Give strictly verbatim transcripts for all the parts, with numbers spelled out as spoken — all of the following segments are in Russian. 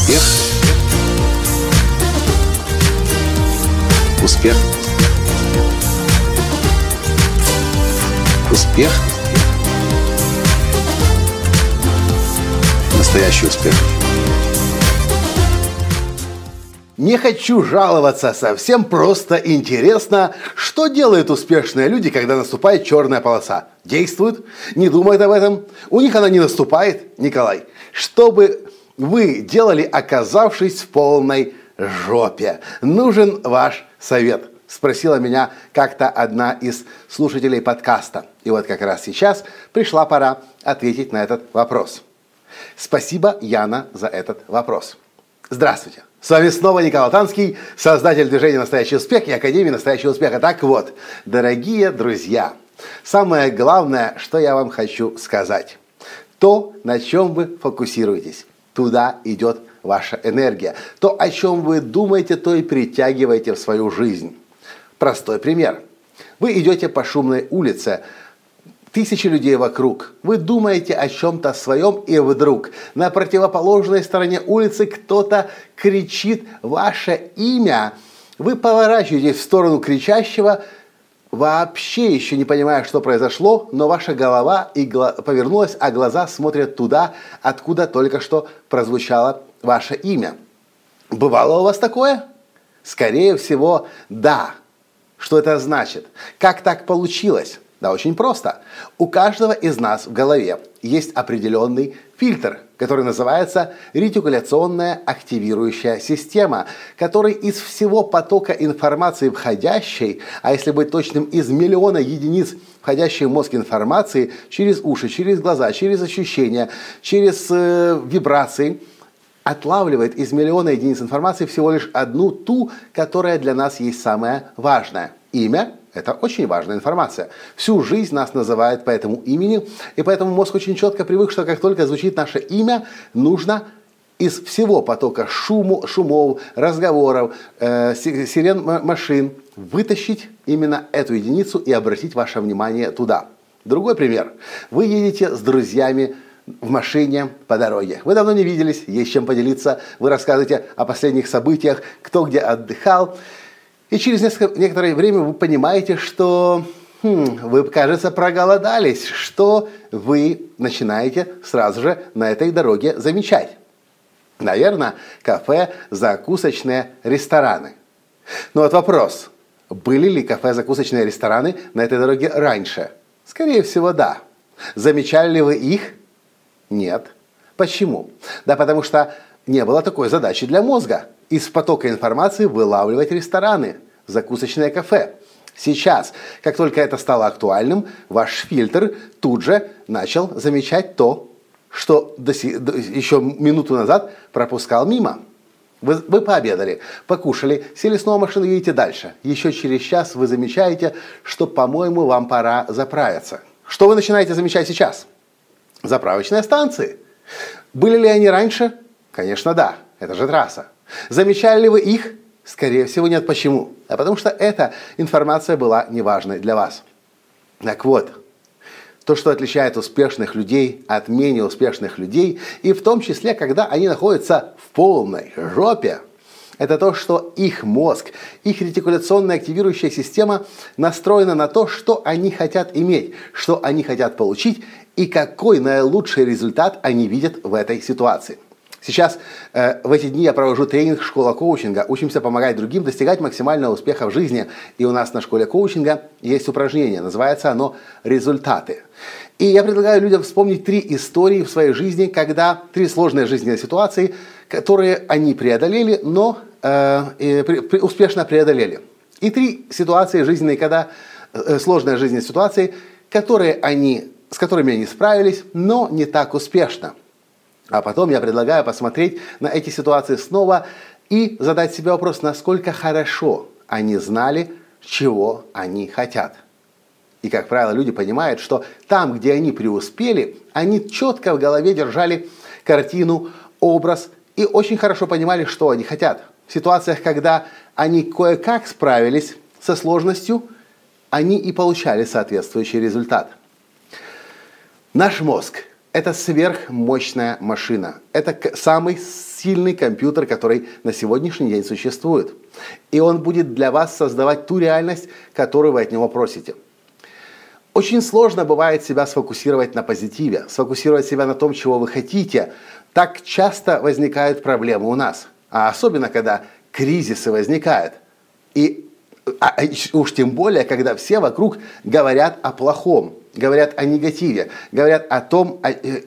Успех. Успех. Успех. Настоящий успех. Не хочу жаловаться, совсем просто интересно, что делают успешные люди, когда наступает черная полоса. Действуют, не думают об этом, у них она не наступает. Николай, что бы вы делали, оказавшись в полной жопе? Нужен ваш совет, спросила меня как-то одна из слушателей подкаста. И вот как раз сейчас пришла пора ответить на этот вопрос. Спасибо, Яна, за этот вопрос. Здравствуйте. С вами снова Николай Танский, создатель движения «Настоящий успех» и Академии «Настоящего успеха». Так вот, дорогие друзья, самое главное, что я вам хочу сказать. То, на чем вы фокусируетесь, туда идет ваша энергия. То, о чем вы думаете, то и притягиваете в свою жизнь. Простой пример. Вы идете по шумной улице, тысячи людей вокруг. Вы думаете о чем-то своем, и вдруг на противоположной стороне улицы кто-то кричит ваше имя. Вы поворачиваетесь в сторону кричащего, вообще еще не понимая, что произошло, но ваша голова и гла- повернулась, а глаза смотрят туда, откуда только что прозвучало ваше имя. Бывало у вас такое? Скорее всего, да. Что это значит? Как так получилось? Да, очень просто. У каждого из нас в голове есть определенный фильтр, который называется ретикуляционная активирующая система, который из всего потока информации входящей, а если быть точным, из миллиона единиц входящей в мозг информации, через уши, через глаза, через ощущения, через э, вибрации, отлавливает из миллиона единиц информации всего лишь одну, ту, которая для нас есть самая важная. Имя – это очень важная информация. Всю жизнь нас называют по этому имени, и поэтому мозг очень четко привык, что как только звучит наше имя, нужно из всего потока шуму, шумов, разговоров, э, сирен машин вытащить именно эту единицу и обратить ваше внимание туда. Другой пример. Вы едете с друзьями в машине по дороге. Вы давно не виделись, есть чем поделиться. Вы рассказываете о последних событиях, кто где отдыхал. И через некоторое время вы понимаете, что хм, вы, кажется, проголодались, что вы начинаете сразу же на этой дороге замечать. Наверное, кафе, закусочные, рестораны. Но вот вопрос, были ли кафе, закусочные, рестораны на этой дороге раньше? Скорее всего, да. Замечали ли вы их? Нет. Почему? Да потому что не было такой задачи для мозга. Из потока информации вылавливать рестораны, закусочное кафе. Сейчас, как только это стало актуальным, ваш фильтр тут же начал замечать то, что до си- до, еще минуту назад пропускал мимо. Вы, вы пообедали, покушали, сели снова в машину и едете дальше. Еще через час вы замечаете, что, по-моему, вам пора заправиться. Что вы начинаете замечать сейчас? Заправочные станции. Были ли они раньше? Конечно, да. Это же трасса. Замечали ли вы их? Скорее всего, нет. Почему? А потому что эта информация была неважной для вас. Так вот, то, что отличает успешных людей от менее успешных людей, и в том числе, когда они находятся в полной жопе, это то, что их мозг, их ретикуляционная активирующая система настроена на то, что они хотят иметь, что они хотят получить и какой наилучший результат они видят в этой ситуации. Сейчас, э, в эти дни я провожу тренинг «Школа коучинга». Учимся помогать другим достигать максимального успеха в жизни. И у нас на школе коучинга есть упражнение. Называется оно «Результаты». И я предлагаю людям вспомнить три истории в своей жизни, когда три сложные жизненные ситуации, которые они преодолели, но э, э, при, успешно преодолели. И три ситуации жизненные, когда э, сложные жизненные ситуации, которые они, с которыми они справились, но не так успешно. А потом я предлагаю посмотреть на эти ситуации снова и задать себе вопрос, насколько хорошо они знали, чего они хотят. И, как правило, люди понимают, что там, где они преуспели, они четко в голове держали картину, образ и очень хорошо понимали, что они хотят. В ситуациях, когда они кое-как справились со сложностью, они и получали соответствующий результат. Наш мозг Это сверхмощная машина. Это самый сильный компьютер, который на сегодняшний день существует. И он будет для вас создавать ту реальность, которую вы от него просите. Очень сложно бывает себя сфокусировать на позитиве, сфокусировать себя на том, чего вы хотите. Так часто возникают проблемы у нас. А особенно, когда кризисы возникают. И а уж тем более, когда все вокруг говорят о плохом, говорят о негативе, говорят о том, о, э,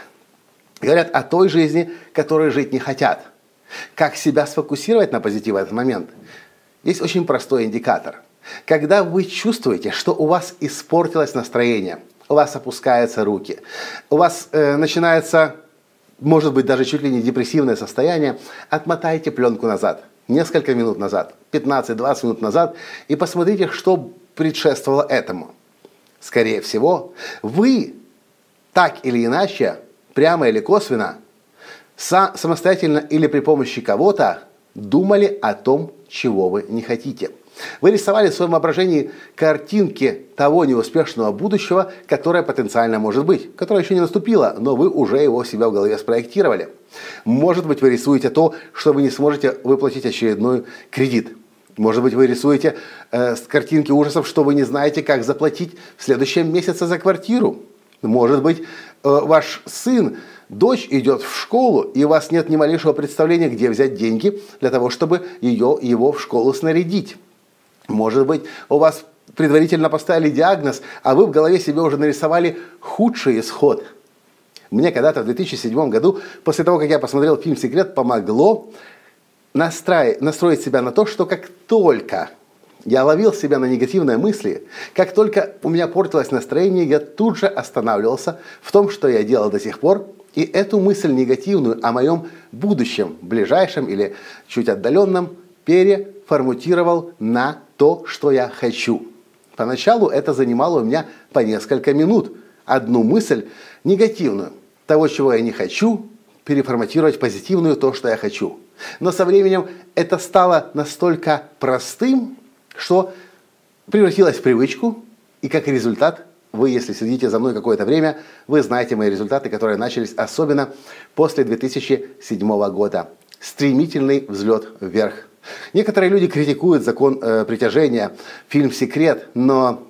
говорят о той жизни, которой жить не хотят. Как себя сфокусировать на позитиве в этот момент? Есть очень простой индикатор. Когда вы чувствуете, что у вас испортилось настроение, у вас опускаются руки, у вас э, начинается, может быть, даже чуть ли не депрессивное состояние, отмотайте пленку назад. Несколько минут назад, пятнадцать-двадцать минут назад, и посмотрите, что предшествовало этому. Скорее всего, вы так или иначе, прямо или косвенно, самостоятельно или при помощи кого-то думали о том, чего вы не хотите. Вы рисовали в своем воображении картинки того неуспешного будущего, которое потенциально может быть, которое еще не наступило, но вы уже его в себя в голове спроектировали. Может быть, вы рисуете то, что вы не сможете выплатить очередной кредит. Может быть, вы рисуете э, картинки ужасов, что вы не знаете, как заплатить в следующем месяце за квартиру. Может быть, э, ваш сын, дочь идет в школу, и у вас нет ни малейшего представления, где взять деньги для того, чтобы ее, его в школу снарядить. Может быть, у вас предварительно поставили диагноз, а вы в голове себе уже нарисовали худший исход. Мне когда-то в две тысячи седьмом году, после того, как я посмотрел фильм «Секрет», помогло настроить, настроить себя на то, что как только я ловил себя на негативные мысли, как только у меня портилось настроение, я тут же останавливался в том, что я делал до сих пор, и эту мысль негативную о моем будущем, ближайшем или чуть отдаленном, переформатировал на то, что я хочу. Поначалу это занимало у меня по несколько минут. Одну мысль негативную, того, чего я не хочу, переформатировать в позитивную, то, что я хочу. Но со временем это стало настолько простым, что превратилось в привычку, и как результат, вы, если следите за мной какое-то время, вы знаете мои результаты, которые начались особенно после две тысячи седьмого года. Стремительный взлет вверх. Некоторые люди критикуют закон э, притяжения, фильм «Секрет», но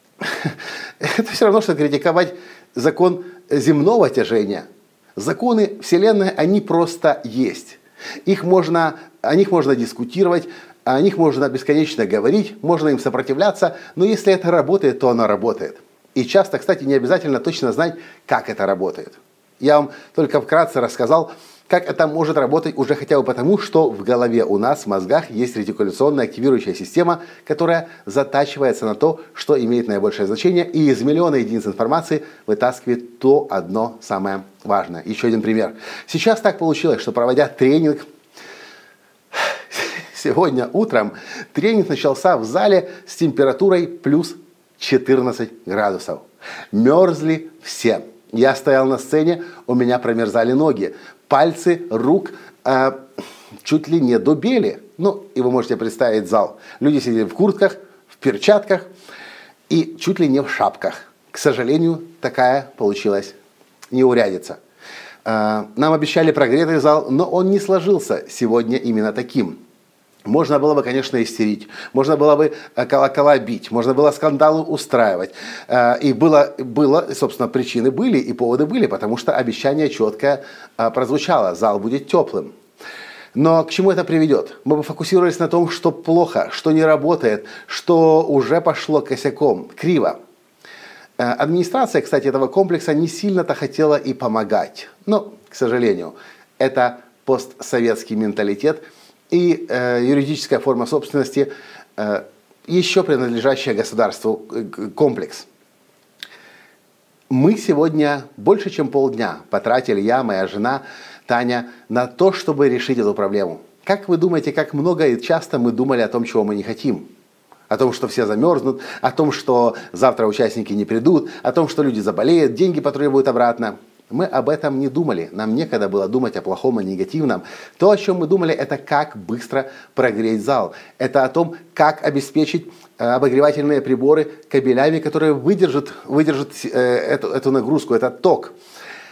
это все равно, что критиковать закон земного тяжения. Законы Вселенной, они просто есть. Их можно, о них можно дискутировать, о них можно бесконечно говорить, можно им сопротивляться, но если это работает, то оно работает. И часто, кстати, не обязательно точно знать, как это работает. Я вам только вкратце рассказал, как это может работать уже хотя бы потому, что в голове у нас, в мозгах, есть ретикуляционная активирующая система, которая затачивается на то, что имеет наибольшее значение, и из миллиона единиц информации вытаскивает то одно самое важное. Еще один пример. Сейчас так получилось, что проводя тренинг, сегодня утром тренинг начался в зале с температурой плюс четырнадцать градусов. Мерзли все. Я стоял на сцене, у меня промерзали ноги. Пальцы рук э, чуть ли не до бели. Ну, и вы можете представить зал. Люди сидели в куртках, в перчатках и чуть ли не в шапках. К сожалению, такая получилась неурядица. Э, нам обещали прогретый зал, но он не сложился сегодня именно таким. Можно было бы, конечно, истерить, можно было бы колокола бить, можно было скандалы устраивать. И было, было, собственно, причины были и поводы были, потому что обещание четко прозвучало, зал будет теплым. Но к чему это приведет? Мы бы фокусировались на том, что плохо, что не работает, что уже пошло косяком, криво. Администрация, кстати, этого комплекса не сильно-то хотела и помогать. Но, к сожалению, это постсоветский менталитет, и э, юридическая форма собственности, э, еще принадлежащая государству э, комплекс. Мы сегодня больше, чем полдня потратили, я, моя жена, Таня, на то, чтобы решить эту проблему. Как вы думаете, как много и часто мы думали о том, чего мы не хотим? О том, что все замерзнут, о том, что завтра участники не придут, о том, что люди заболеют, деньги потребуют обратно. Мы об этом не думали, нам некогда было думать о плохом и негативном. То, о чем мы думали, это как быстро прогреть зал. Это о том, как обеспечить обогревательные приборы кабелями, которые выдержат, выдержат э, эту, эту нагрузку, этот ток.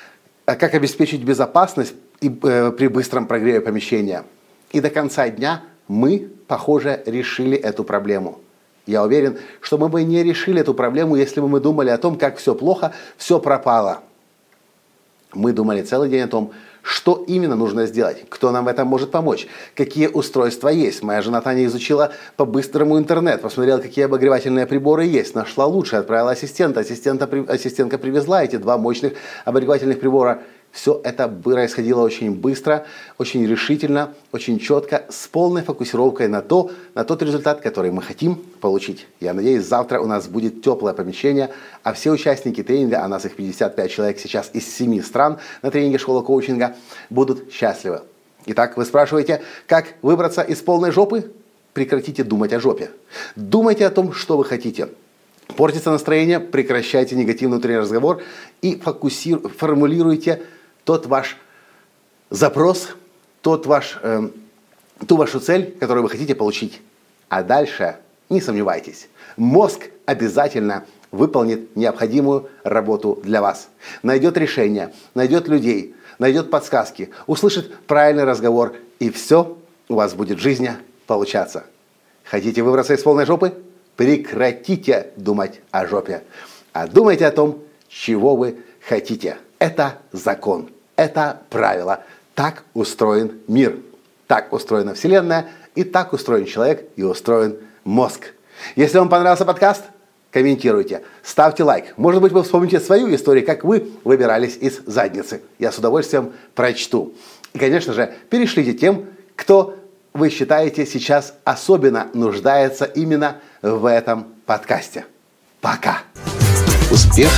как обеспечить безопасность и, э, при быстром прогреве помещения. И до конца дня мы, похоже, решили эту проблему. Я уверен, что мы бы не решили эту проблему, если бы мы думали о том, как все плохо, все пропало. Мы думали целый день о том, что именно нужно сделать, кто нам в этом может помочь, какие устройства есть. Моя жена Таня изучила по-быстрому интернет, посмотрела, какие обогревательные приборы есть, нашла лучшее, отправила ассистента, ассистента, ассистентка привезла эти два мощных обогревательных прибора. Все это происходило очень быстро, очень решительно, очень четко, с полной фокусировкой на, то, на тот результат, который мы хотим получить. Я надеюсь, завтра у нас будет теплое помещение, а все участники тренинга, а нас их пятьдесят пять человек сейчас из семи стран на тренинге «Школа коучинга», будут счастливы. Итак, вы спрашиваете, как выбраться из полной жопы? Прекратите думать о жопе. Думайте о том, что вы хотите. Портится настроение, прекращайте негативный внутренний разговор и фокусируйте, формулируйте тот ваш запрос, тот ваш, э, ту вашу цель, которую вы хотите получить. А дальше, не сомневайтесь, мозг обязательно выполнит необходимую работу для вас. Найдет решение, найдет людей, найдет подсказки, услышит правильный разговор, и все у вас будет в жизни получаться. Хотите выбраться из полной жопы? Прекратите думать о жопе, а думайте о том, чего вы хотите. Это закон, это правило. Так устроен мир, так устроена Вселенная, и так устроен человек, и устроен мозг. Если вам понравился подкаст, комментируйте, ставьте лайк. Может быть, вы вспомните свою историю, как вы выбирались из задницы. Я с удовольствием прочту. И, конечно же, перешлите тем, кто вы считаете сейчас особенно нуждается именно в этом подкасте. Пока! Успех!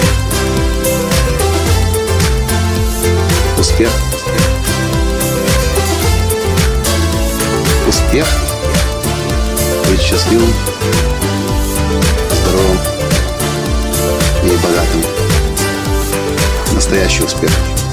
Успех! Успех! Быть счастливым, здоровым и богатым. Настоящий успех!